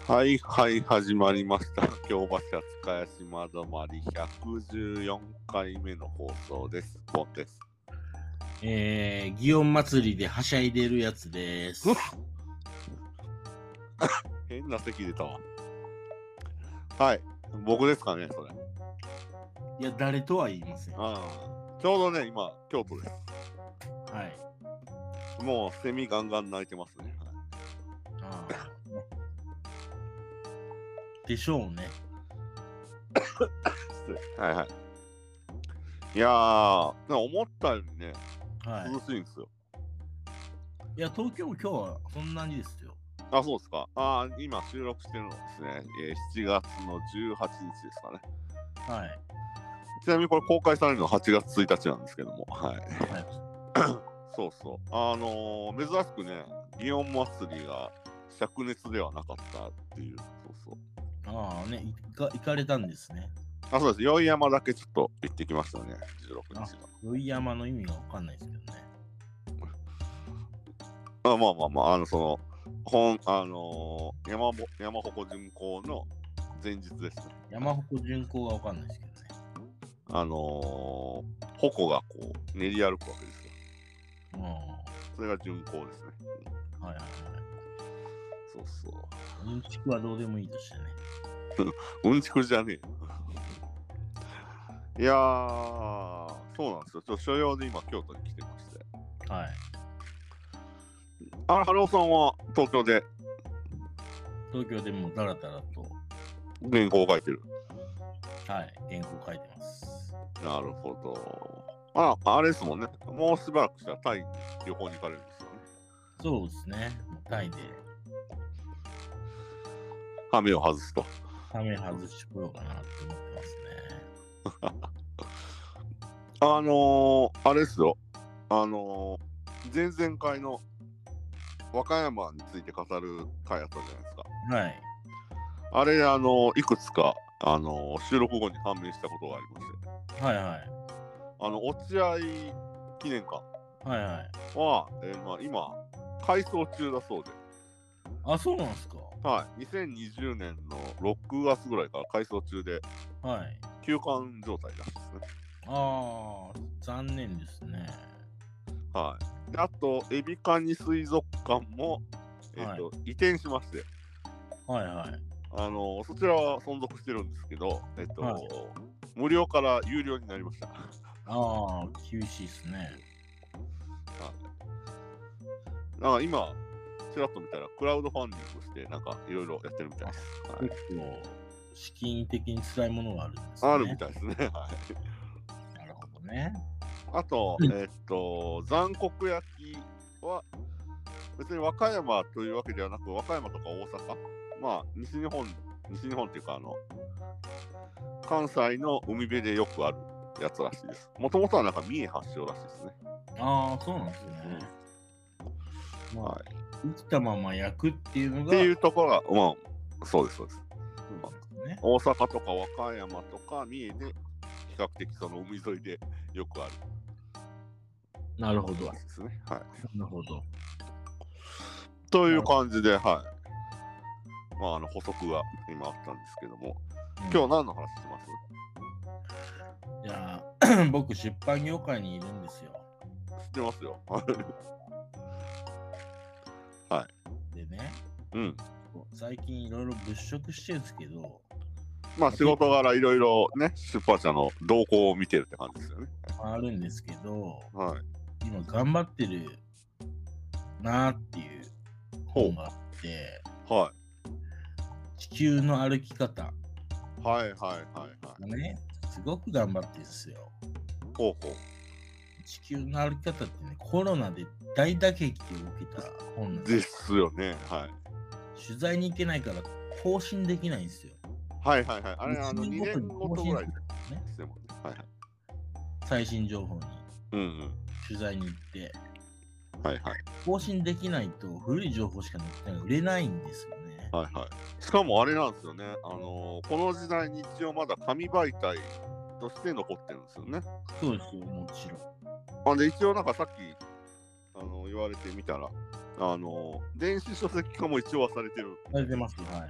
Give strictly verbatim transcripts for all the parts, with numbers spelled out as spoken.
はいはい始まりました京橋塚屋島止まりひゃくじゅうよんかいめの放送です。ポンです。 えー、祇園祭りではしゃいでるやつです。 変な席出たわ。はい、僕ですかねそれ。 いや誰とは言いません。 ああ、ちょうどね今京都です。 はい。 もうセミガンガン鳴いてますね。はい、 あでしょうね。 はいはい。いやー思ったよりね、 はい、 涼しいんですよ。 いや東京も今日はそんなにですよ。 あ、そうですか。ああ、今収録してるのですね、えー、しちがつのじゅうはちにちですかね。 はい。 ちなみにこれ公開されるのははちがつついたちなんですけども、はい。はいそうそう。あのー、珍しくね、祇園祭りが灼熱ではなかったっていう、そうそう。 ああね、行か行かれたんですね。 あ、そうです。宵山だけちょっと行ってきましたね、じゅうろくにちの。 宵山の意味がわかんないですけどね。 あ、まあまあまあ、あの、その、本、あのー、山ぼ山鉾巡行の前日ですね。 山鉾巡行がわかんないですけどね。 あのー、鉾がこう練り歩くわけですよ。 うん。 それが巡行ですね。 はいはいはい。 そうそう。 うんちくはどうでもいいとしてね。 うんちくじゃねえよ。いやー、そうなんですよ。ちょっと所用で今京都に来てまして。 はい。 あ、春尾さんは東京で東京でもだらだらと、 原稿を書いてる。 はい、原稿書いてます。 なるほど。あ、あれですもんね。もうしばらくしたらタイに旅行に行かれるんですよね。 そうですね。タイで羽目を外すと。 羽目外してこようかなって思ってますね。 あのー、あれですよ。あのー、前々回の和歌山について語る回やったじゃないですか。 はい。 あれ、あのー、いくつか、あのー、収録後に判明したことがありまして。 はいはい。 あの、落合記念館はいはい。 は、えーまあ、今、改装中だそうで。 あ、そうなんですか。 はい。にせんにじゅうねんのろくがつぐらいから改装中で、 はい。 休館状態らしいですね。 ああ、残念ですね。 はい。であと、エビカニ水族館も、えーとはい、移転しまして、 はいはい。 あのそちらは存続してるんですけど、えっ、ー、と、はい、無料から有料になりました。 ああ、厳しいですね。 はい。なんか今、ちらっと見たら、クラウドファンディングして、なんかいろいろやってるみたいです。 はい、結構、資金的に辛いものがあるんですね。 あるみたいですね。はい。 なるほどね。 あと、えっと、残酷焼きは、別に和歌山というわけではなく、和歌山とか大阪、まあ、西日本、西日本っていうか、あの、関西の海辺でよくあるやつらしいです。もともとはなんか三重発祥らしいですね。 ああ、そうなんですね。うん、まあ、はい、生きたまま焼くっていうのが。 っていうところが、まあ、そうです、そうです。 そうですね。 大阪とか和歌山とか三重で、比較的その海沿いでよくある。 なるほど。 ですね。はい。 なるほど。 という感じで、はい。まあ、あの補足が今あったんですけども、うん、今日何の話します？ いや僕出版業界にいるんですよ。 知ってますよ。はい。 でね、 うん。 最近いろいろ物色してるんですけど、 まあ仕事柄いろいろね、出版社の動向を見てるって感じですよね。 あるんですけど、 はい、 今頑張ってるなーっていう本があって、 はい、 地球の歩き方。 はいはいはいはい。 ね、すごく頑張ってるんですよ。 ほうほう。 地球の歩き方ってね、コロナで大打撃を受けた本なんです。ですよね。はい。 取材に行けないから更新できないんですよ。 はいはいはい。あれ、あのにねんごとぐらいですね。はいはい。 最新情報に取材に行って、 うんうん、はいはい。 更新できないと古い情報しか載ってない売れないんですよね。 はいはい。しかもあれなんですよね。あのー、この時代に一応まだ紙媒体として残ってるんですよね。 そうですよ、もちろん。 あで一応なんかさっきあの言われてみたら、 あの電子書籍化も一応はされてる。 されてます。はい。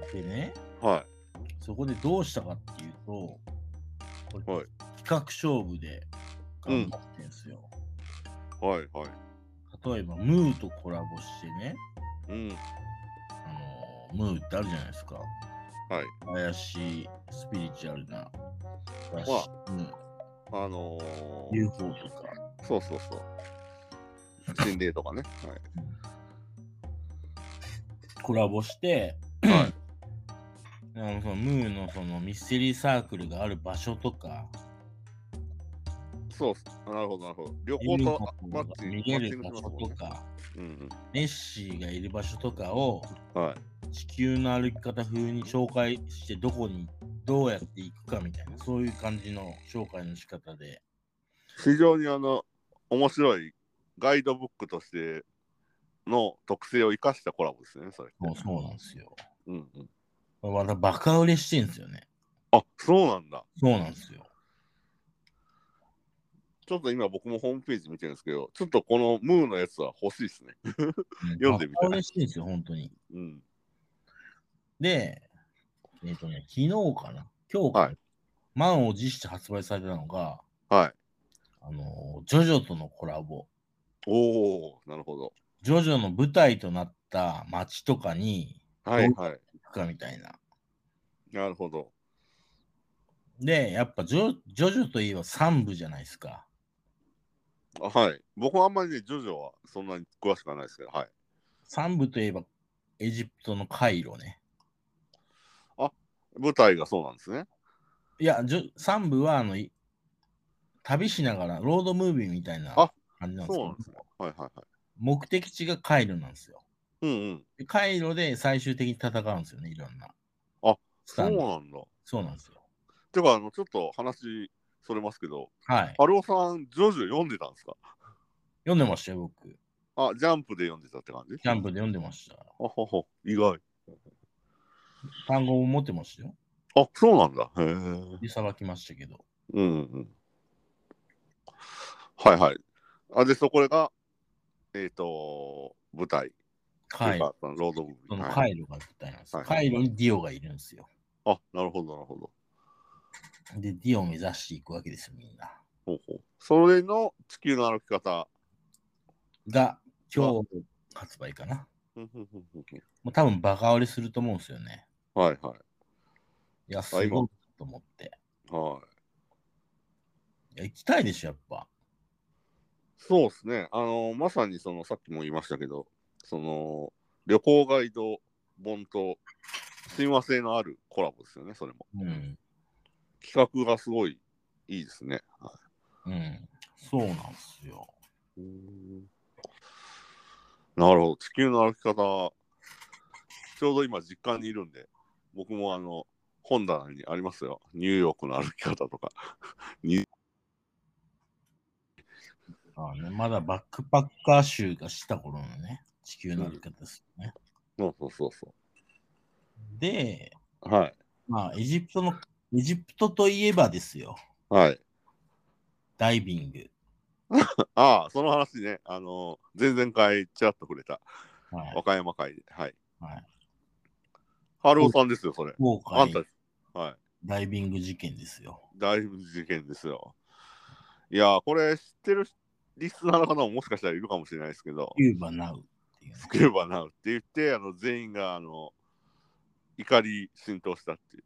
でね、 はそこでどうしたかっていうと、これはい企画勝負で頑張ってんすよ。 いはいはい。 例えば、ムーとコラボしてね、 うん。 あのムーってあるじゃないですか。 はい。 怪しいスピリチュアルな雑誌、 まムー、 あのー、 ユーフォー とか。 そうそうそう。心霊とかね。 コラボして、 はい。 あのそのムーのそのミステリーサークルがある場所とか、 そうっす。なるほどなるほど。旅エル行とモがマッチン見れる場所とか、 うんネッシーがいる場所とかをうん。はい。 地球の歩き方風に紹介して、どこにどうやって行くかみたいな、そういう感じの紹介の仕方で。 非常にあの面白いガイドブックとしての特性を生かしたコラボですね、それって。 もうそうなんですよ。 うんうん。 またバカ売れしてんですよね。 あ、そうなんだ。 そうなんですよ。 ちょっと今僕もホームページ見てるんですけど、ちょっとこのムーのやつは欲しいですね。読んでみたい。 バカ売れしてんですよ、本当に。 うん。 で、えっ、とね、昨日かな今日かな、 はい。 満を持して発売されたのが、 はい。 あの、ジョジョとのコラボ。 おお、なるほど。 ジョジョの舞台となった街とかにどうはいはい。 行くかみたいな。 なるほど。 で、やっぱジョジョジョといえば三部じゃないですか。 あはい。僕はあんまりね、ジョジョはそんなに詳しくはないですけど、はい。 三部といえばエジプトのカイロね。 あ、舞台がそうなんですね。 いや、ジョ三部はあのい旅しながらロードムービーみたいなあ、 感じなんですけど、 そうなんですね。はいはいはい。 目的地がカイロなんですよ。 うんうん。 でカイロで最終的に戦うんですよね、いろんなあ、そうスタンド。 なんだ。 そうなんですよ。 てか、あの、ちょっと話それますけど、 はい。 ハローさん、ジョジョ読んでたんですか？ 読んでましたよ、僕。 あ、ジャンプで読んでたって感じ？ キャンプで読んでました。 あはは、意外。 単語も持ってましたよ。 あ、そうなんだ。へえ。 で、さばきましたけど。 うんうん。はいはい。あ、で、そこが、えっ、と、舞台。といカイロ。 うか、そのロードムービそー。はい。 のカイロが舞台なんです。 はい、 カイロにディオがいるんですよ。 あ、なるほど、なるほど。 で、ディオを目指していくわけですよ、みんな。 ほうほう。それの地球の歩き方が、今日発売かな。 ふんふんふんふんふん。 もう多分バカ売れすると思うんですよね。 はいはい。 いや、 あ、今、 すごいと思って。 はい。 いや、行きたいでしょ、やっぱ。 そうですね。あの、まさにその、さっきも言いましたけど、その、旅行ガイド本と親和性のあるコラボですよね、それも。 うん。 企画がすごいいいですね。はうん。そうなんですよ。 い、うーんなるほど。地球の歩き方、ちょうど今実家にいるんで、僕もあの、本棚にありますよ。ニューヨークの歩き方とか。にああね、まだバックパッカー集がした頃のね、地球の歩き方ですよね。 そうそうそうそで、 う。はい。 まあ、エジプトの、エジプトといえばですよ、 はい。 ダイビング。 ああ、その話ね、あの、前々回ちらっと触れた、 はい。 和歌山会で。はい。 はい。 ハローさんですよ、それ。 今回、 あんたです。はい。 ダイビング事件ですよ。 大事件ですよ。いやー、これ知ってるリスナーの方ももしかしたらいるかもしれないですけど、 キューバナウっていうね。 スキューバナウって言って、あの全員があの怒り浸透したっていう。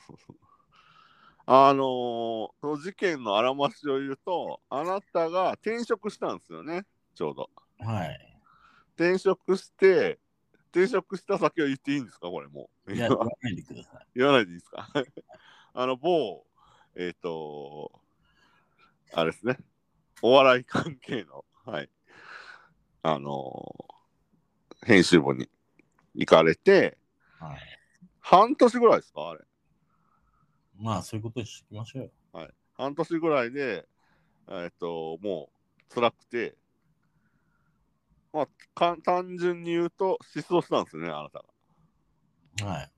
あのー、その事件のあらましを言うと、あなたが転職したんですよね、ちょうど。 はい。 転職して、転職した先は言っていいんですか、これもう。 いや、言わないでください。 言わないでいいですか。あの、某、えっ、ー、と、あれですね、お笑い関係の、はい、あのー、編集部に行かれて、 はい。 半年ぐらいですか、あれ。 まあ、そういうことにしておきましょうよ。 はい。半年ぐらいで、えっと、もう辛くて、まあ、か単純に言うと失踪したんですよね、あなたが。 はい。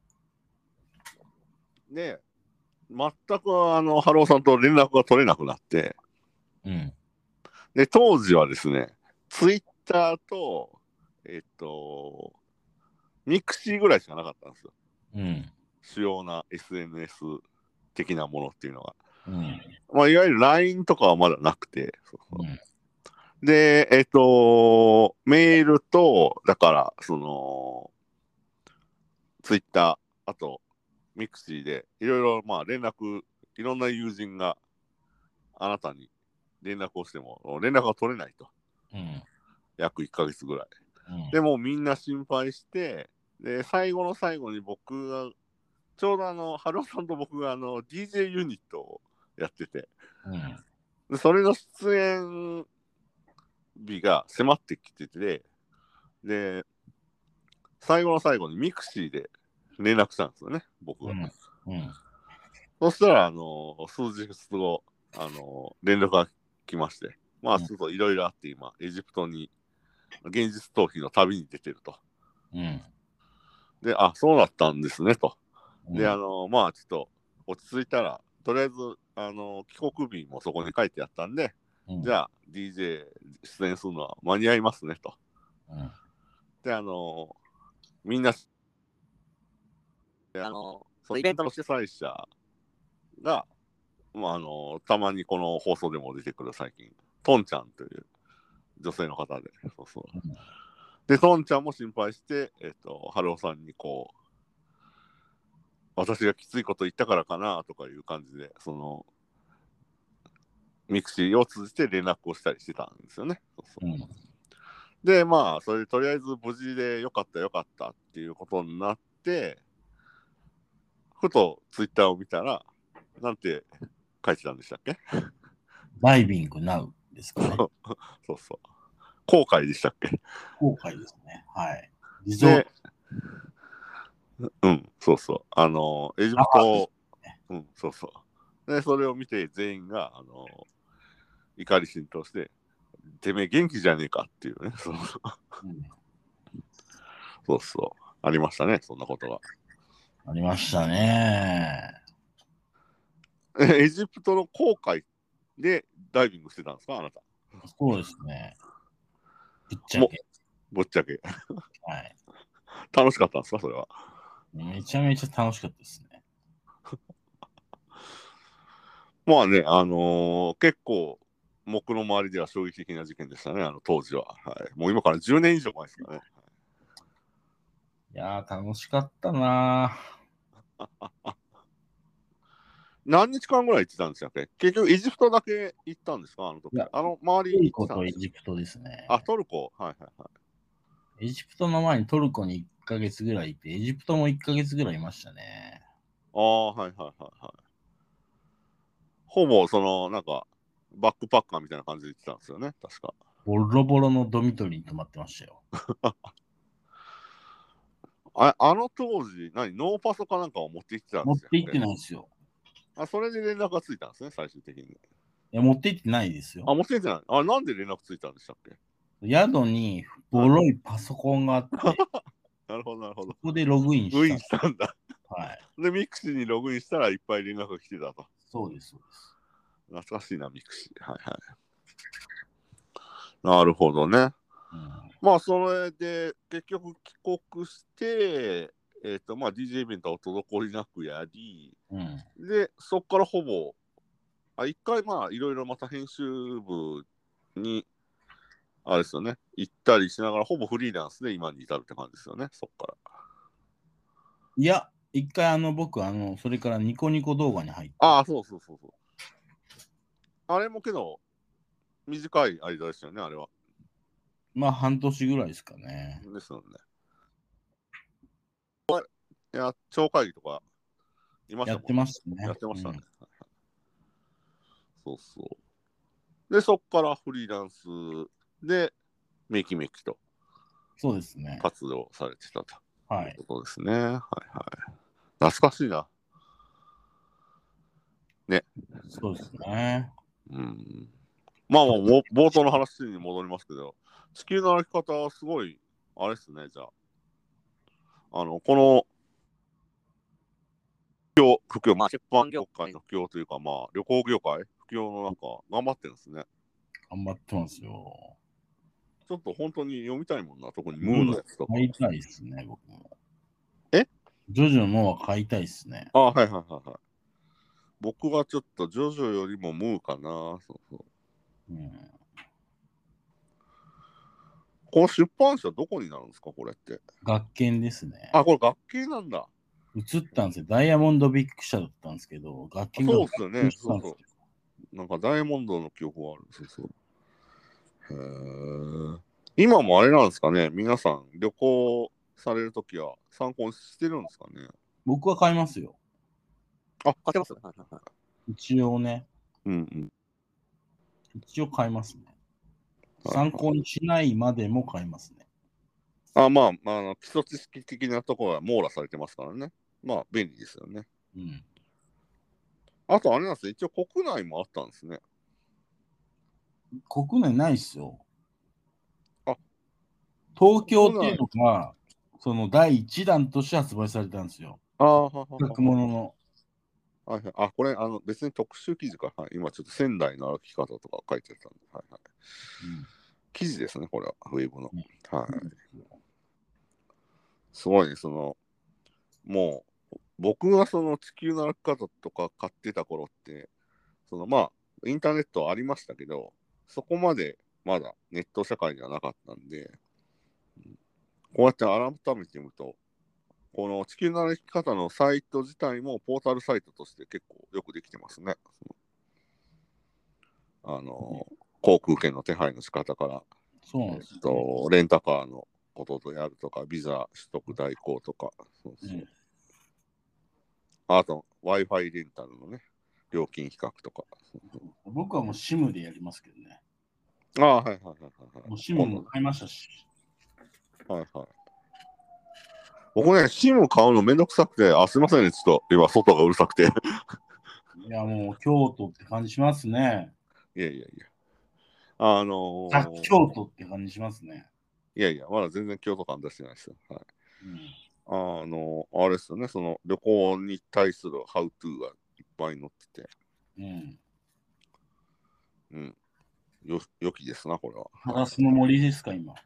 で、全くあの、ハローさんと連絡が取れなくなって、 うん。 で、当時はですね、 ツイッターと、えっと、ミクシーぐらいしかなかったんですよ。 うん。 主要な エスエヌエス 的なものっていうのが。 うん。 まあ、いわゆる ライン とかはまだなくて。そうそううん。 で、えっと、メールと、だから、その、ツイッター、あと、ミクシーで、いろいろ、まあ、連絡、いろんな友人があなたに連絡をしても、連絡が取れないと。 うん。 約いっかげつぐらい。 うん。 でもみんな心配して、で、最後の最後に僕が、ちょうどあの、ハローさんと僕があの、ディージェー ユニットをやってて、 うん。 でそれの出演日が迫ってきてて、で、最後の最後にミクシーで連絡したんですよね、僕が。 うん。うん。 そしたら、あの、数日後、あの、連絡が来まして、まあ、ちょっといろいろあって今、エジプトに現実逃避の旅に出てると。 うん。 で、あ、そうだったんですね、と。 うん。 で、あの、まあ、ちょっと落ち着いたら、とりあえず、あの、帰国日もそこに書いてあったんで、 うん。 じゃあ、ディージェー 出演するのは間に合いますね、と。 うん。 で、あの、みんな、であの、そのイベントの主催者が、まあ、あの、たまにこの放送でも出てくる最近、トンちゃんという女性の方で、そうそう。で、トンちゃんも心配して、えっと、ハローさんにこう、私がきついこと言ったからかなとかいう感じで、その、ミクシーを通じて連絡をしたりしてたんですよね。そうそううん。 で、まあ、それでとりあえず無事でよかったよかったっていうことになって、ふとツイッターを見たら、なんて書いてたんでしたっけ？ ダイビングナウですかね。 そうそう。後悔でしたっけ？ 後悔ですね。はい。リゾーで、 ト。 うん、そうそう。あの、エジプト、うん、そうそう。で、それを見て全員が、あの、怒り心頭して、てめえ元気じゃねえかっていうね。そううん、 そうそう。ありましたね、そんなことが。 ありましたね。 エジプトの航海でダイビングしてたんですか、あなた。 そうですね。ぶっちゃもけ。 ぶっちゃけ。 はい。 楽しかったんですか、それは。 めちゃめちゃ楽しかったですね。 まあね、あのー結構、僕の周りでは衝撃的な事件でしたね、あの当時は。はい、もう今からじゅうねん以上前ですかね。 いやー、楽しかったな何日間ぐらい行ってたんですかっけ？結局、エジプトだけ行ったんですか、あの時。 ー。いや、 あの周りトルコ行ってたんですか？ とエジプトですね。 あ、トルコ。はいはいはい。 エジプトの前にトルコにいっかげつぐらいいて、エジプトもいっかげつぐらいいましたね。 ああ、はいはいはいはい。ほぼ、その、なんか、バックパッカーみたいな感じで行ってたんですよね、確か。 ボロボロのドミトリーに泊まってましたよ。 ああの当時、何、ノーパソかなんかを持って行ってたんですよ。 持って行ってないですよ。 あ、それで連絡がついたんですね、最終的に。 いや、持って行ってないですあ、 よ。 持って行ってない。あ、なんで連絡ついたんでしたっけ？ 宿にはい。 ボロいパソコンがあって、 なるほど、なるほど。 そこでログインログインした。 したんだ。 はい。 で、ミクシーにログインしたらいっぱい連絡が来てたと。 そうです、そうです。 懐かしいな、ミクシー。はいはい。なるほどね。 うん、 まあ、それで、結局帰国して、えっ、と、まあ、ディージェー イベントを滞りなくやり、 うん、 で、そこからほぼ、あ、一回、まあ、いろいろまた編集部に、あれですよね、行ったりしながら、ほぼフリーランスで今に至るって感じですよね、そこから。 いや、一回あの僕、あの、それからニコニコ動画に入って。 ああ、そうそうそうそう。あれもけど、短い間ですよね、あれは。 まあ半年ぐらいですかね。 ですよね。いや、超会議とかいましたもんね。 やってましたね。 やってましたね。 うん、 そうそう。で、そこからフリーランスで、めきめきとそうですね。 活動されてたとはい。 いうことですね。はいはい。懐かしいな。ね。 そうですね。 うん。まあまあ、冒頭の話に戻りますけど、地球の歩き方はすごい、あれですね、じゃあ。あの、この、不況、まあ、出版業界の不況というか、まあ、旅行業界、不況の中、頑張ってるんですね。 頑張ってますよ。 ちょっと本当に読みたいもんな、特にムーのやつとか。 買いたいっすね、僕も。 えジョジョのは買いたいっすね。 あ、はいはいはいはい。僕はちょっとジョジョよりもムーかな。そうそう。 うん、 この出版社どこになるんですか、これって。 学研ですね。 あ、これ学系なんだ。 映ったんですよ。ダイヤモンドビッグ社だったんですけど、学研がそうっすよね。 したんですよ。 なんかダイヤモンドの記憶がある。そうそう。へー。今もあれなんですかね、皆さん旅行されるときは参考にしてるんですかね。 僕は買いますよ。 あ、買ってます。 一応ね。 うんうん。 一応買いますね。 はい参考にしないまでも買いますね。 あ、まあ、まあ、あの基礎知識的なところは網羅されてますからね。まあ、便利ですよね。 うん。 あと、あれなんですよ。一応国内もあったんですね。 国内ないっすよ。 あ、 東京っていうのが、その第一弾として発売されたんですよ。 ああ、ははは学物の。 はいはい。あ、これ、あの、別に特集記事か。はい、今ちょっと仙台の歩き方とか書いてたんで。はいはい。 うん、 記事ですね、これは。ウェブの。 うん、 はい。すごいね、その、もう、僕がその地球の歩き方とか買ってた頃って、そのまあ、インターネットはありましたけど、そこまでまだネット社会ではなかったんで、こうやって改めて見ると、この地球の歩き方のサイト自体もポータルサイトとして結構よくできてますね。あの、航空券の手配の仕方から、 そうなんですよ、ね、 えっと、レンタカーのこととやるとか、ビザ取得代行とか、そうそう、うん、あと Wi-Fi レンタルのね、料金比較とか。 僕はもう SIM でやりますけどね。 ああ、はいはいはいはい。 もう SIM も買いましたし。 はいはい。僕ね、SIM 買うのめんどくさくて、あ、すいませんね、ちょっと今外がうるさくて。 いや、もう京都って感じしますね。 いやいやいや。あのー、京都って感じしますね。 いやいや、まだ全然京都感出してないですよ。はい。うん、あの、あれですよね、その旅行に対するハウトゥーがいっぱい載ってて。うん。うん。よ、良きですな、これは。 ガラスの森ですか、今。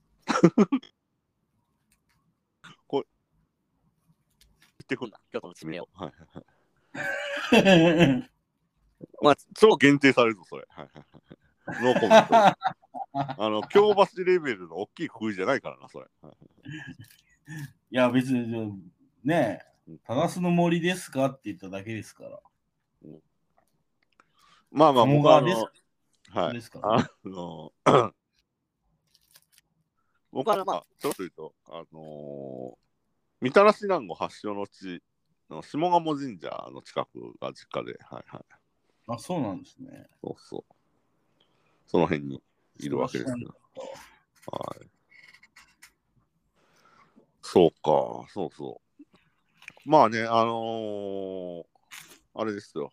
これ、言ってくんだ、京都の地名を。はいはいはい。まあ、超限定されるぞ、それ。はいはいはい。ノーコメント。あの、京橋レベルの大きいクイじゃないからな、それ。 いや、別に、ねえ、ガラスの森ですかって言っただけですから。うん、 まあまあ、僕はあの、はい。 ですかあの、僕はまあ、ちょっと言うと、あのー、みたらし団子発祥の地の下鴨神社の近くが実家で、はいはい。 あ、そうなんですね。 そうそう。その辺にいるわけですけど。はい。そうか、そうそう。まあね、あのー、あれですよ。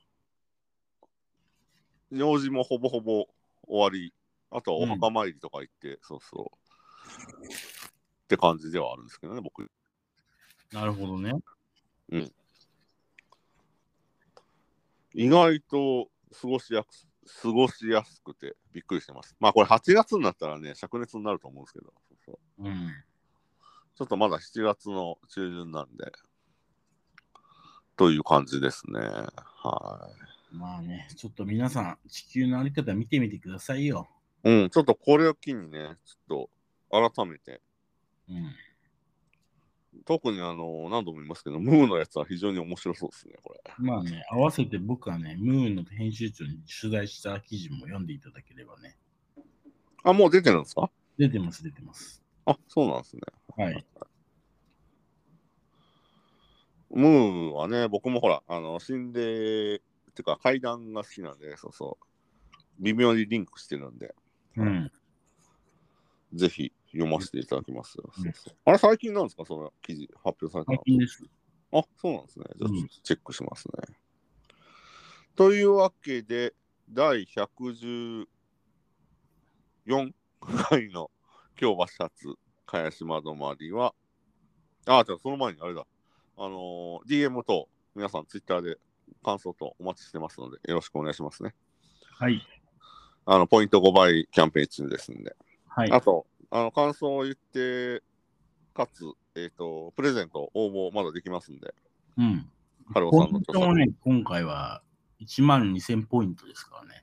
用事もほぼほぼ終わり、あとはお墓参りとか行って、うん、そうそう。って感じではあるんですけどね、僕。 なるほどね。 うん。意外と過ごしやす過ごしやすくてびっくりしてます。まあこれはちがつになったらね、灼熱になると思うんですけど、そうそう、うん、ちょっとまだしちがつの中旬なんで、という感じですね。はい。 まあね、ちょっと皆さん、地球の歩き方見てみてくださいよ。 うん、ちょっとこれを機にね、ちょっと改めて、うん、特にあの、何度も言いますけど、ムーのやつは非常に面白そうですね、これ。 まあね、合わせて僕はね、ムーの編集長に取材した記事も読んでいただければね。 あ、もう出てるんですか？ 出てます、出てます。 あ、そうなんですね。 はい。 ムーはね、僕もほら、あの、心霊っていうか怪談が好きなんで、そうそう。微妙にリンクしてるんで、うん、ぜひ読ませていただきますよ。うん、そうそう、あれ、最近なんですか、その記事発表されたの？ 最近です。 あ、そうなんですね。じゃあ、チェックしますね。うん、というわけで、だいひゃくじゅうよんかいの京橋発茅島止まりは、あ、じゃあその前にあれだ、あのー、ディーエム と皆さんツイッターで感想とお待ちしてますので、よろしくお願いしますね。 はい。 あの、ポイントごばいキャンペーン中ですんで。 はい。 あと、あの感想を言って、かつ、えっ、と、プレゼント応募まだできますんで、 うん。 ハローポイさんの著作。 ントもね、今回はいちまんにせんポイントですからね。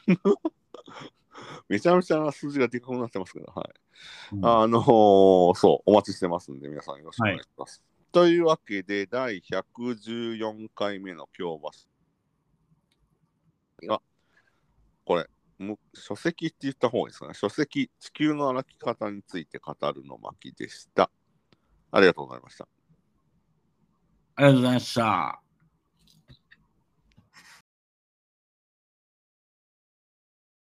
めちゃめちゃな数字がでかくなってますけど、はい。 うん、 あのーそう、お待ちしてますんで、皆さんよろしくおはい。 願いします。というわけで、だいひゃくじゅうよんかいめの京橋が、これ、書籍って言った方がいいですかね。書籍、地球の歩き方について語るの巻でした。ありがとうございました。 ありがとうございました。